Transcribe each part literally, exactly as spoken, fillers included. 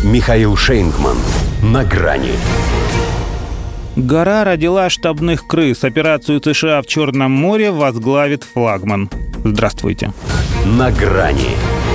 Михаил Шейнгман. На грани. Гора родила штабных крыс. Операцию США в Черном море возглавит флагман. Здравствуйте. На грани.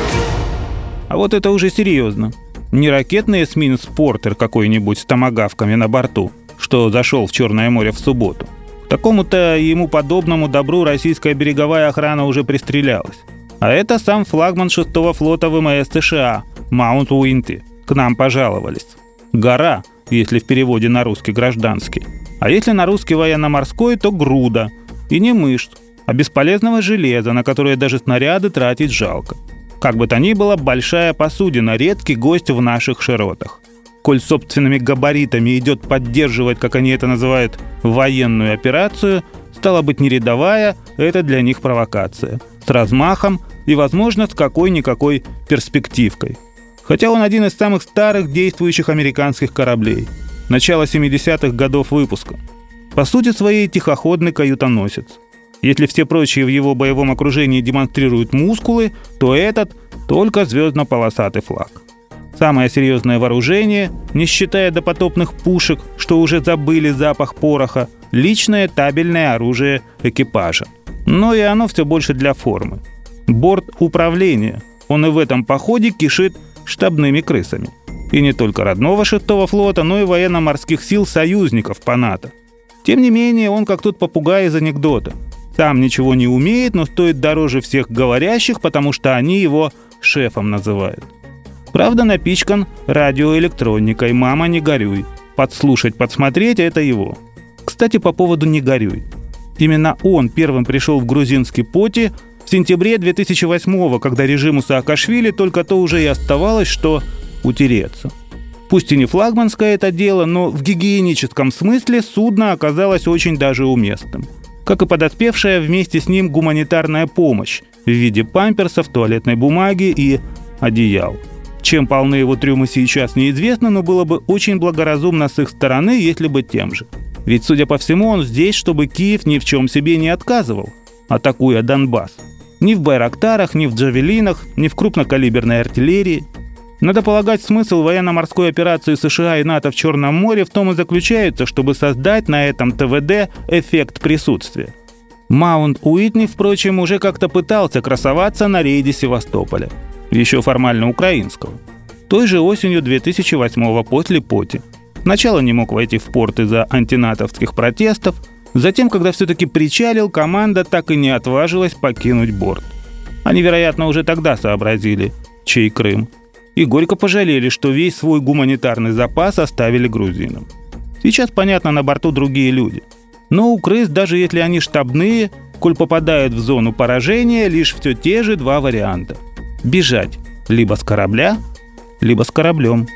А вот это уже серьезно. Не ракетный эсминец «Портер» какой-нибудь с томагавками на борту, что зашел в Черное море в субботу. К такому-то ему подобному добру российская береговая охрана уже пристрелялась. А это сам флагман шестого флота ВМС США Маунт Уинти. К нам пожаловались. Гора, если в переводе на русский гражданский. А если на русский военно-морской, то груда. И не мышц, а бесполезного железа, на которое даже снаряды тратить жалко. Как бы то ни было, большая посудина, редкий гость в наших широтах. Коль собственными габаритами идет поддерживать, как они это называют, военную операцию, стало быть, не рядовая, это для них провокация. С размахом и, возможно, с какой-никакой перспективкой. Хотя он один из самых старых действующих американских кораблей. Начало семидесятых годов выпуска. По сути своей тихоходный каютоносец. Если все прочие в его боевом окружении демонстрируют мускулы, то этот только звездно-полосатый флаг. Самое серьезное вооружение, не считая допотопных пушек, что уже забыли запах пороха, личное табельное оружие экипажа. Но и оно все больше для формы. Борт управления. Он и в этом походе кишит штабными крысами. И не только родного шестого флота, но и военно-морских сил союзников по НАТО. Тем не менее, он как тот попугай из анекдота. Сам ничего не умеет, но стоит дороже всех говорящих, потому что они его шефом называют. Правда, напичкан радиоэлектроникой «Мама, не горюй». Подслушать, подсмотреть – это его. Кстати, по поводу «Не горюй». Именно он первым пришел в грузинский Поти в сентябре две тысячи восьмого, когда режиму Саакашвили только то уже и оставалось, что утереться. Пусть и не флагманское это дело, но в гигиеническом смысле судно оказалось очень даже уместным. Как и подоспевшая вместе с ним гуманитарная помощь в виде памперсов, туалетной бумаги и одеял. Чем полны его трюмы сейчас неизвестно, но было бы очень благоразумно с их стороны, если бы тем же. Ведь, судя по всему, он здесь, чтобы Киев ни в чем себе не отказывал, атакуя Донбасс. Ни в байрактарах, ни в джавелинах, ни в крупнокалиберной артиллерии. Надо полагать, смысл военно-морской операции США и НАТО в Черном море в том и заключается, чтобы создать на этом ТВД эффект присутствия. Маунт Уитни, впрочем, уже как-то пытался красоваться на рейде Севастополя. Еще формально украинского. Той же осенью две тысячи восьмого после Поти. Сначала не мог войти в порт из-за антинатовских протестов, затем, когда все-таки причалил, команда так и не отважилась покинуть борт. Они, вероятно, уже тогда сообразили, чей Крым, и горько пожалели, что весь свой гуманитарный запас оставили грузинам. Сейчас, понятно, на борту другие люди. Но у крыс, даже если они штабные, коль попадают в зону поражения, лишь все те же два варианта. Бежать либо с корабля, либо с кораблем.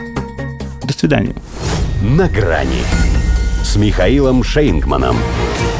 До свидания. На грани с Михаилом Шейнгманом.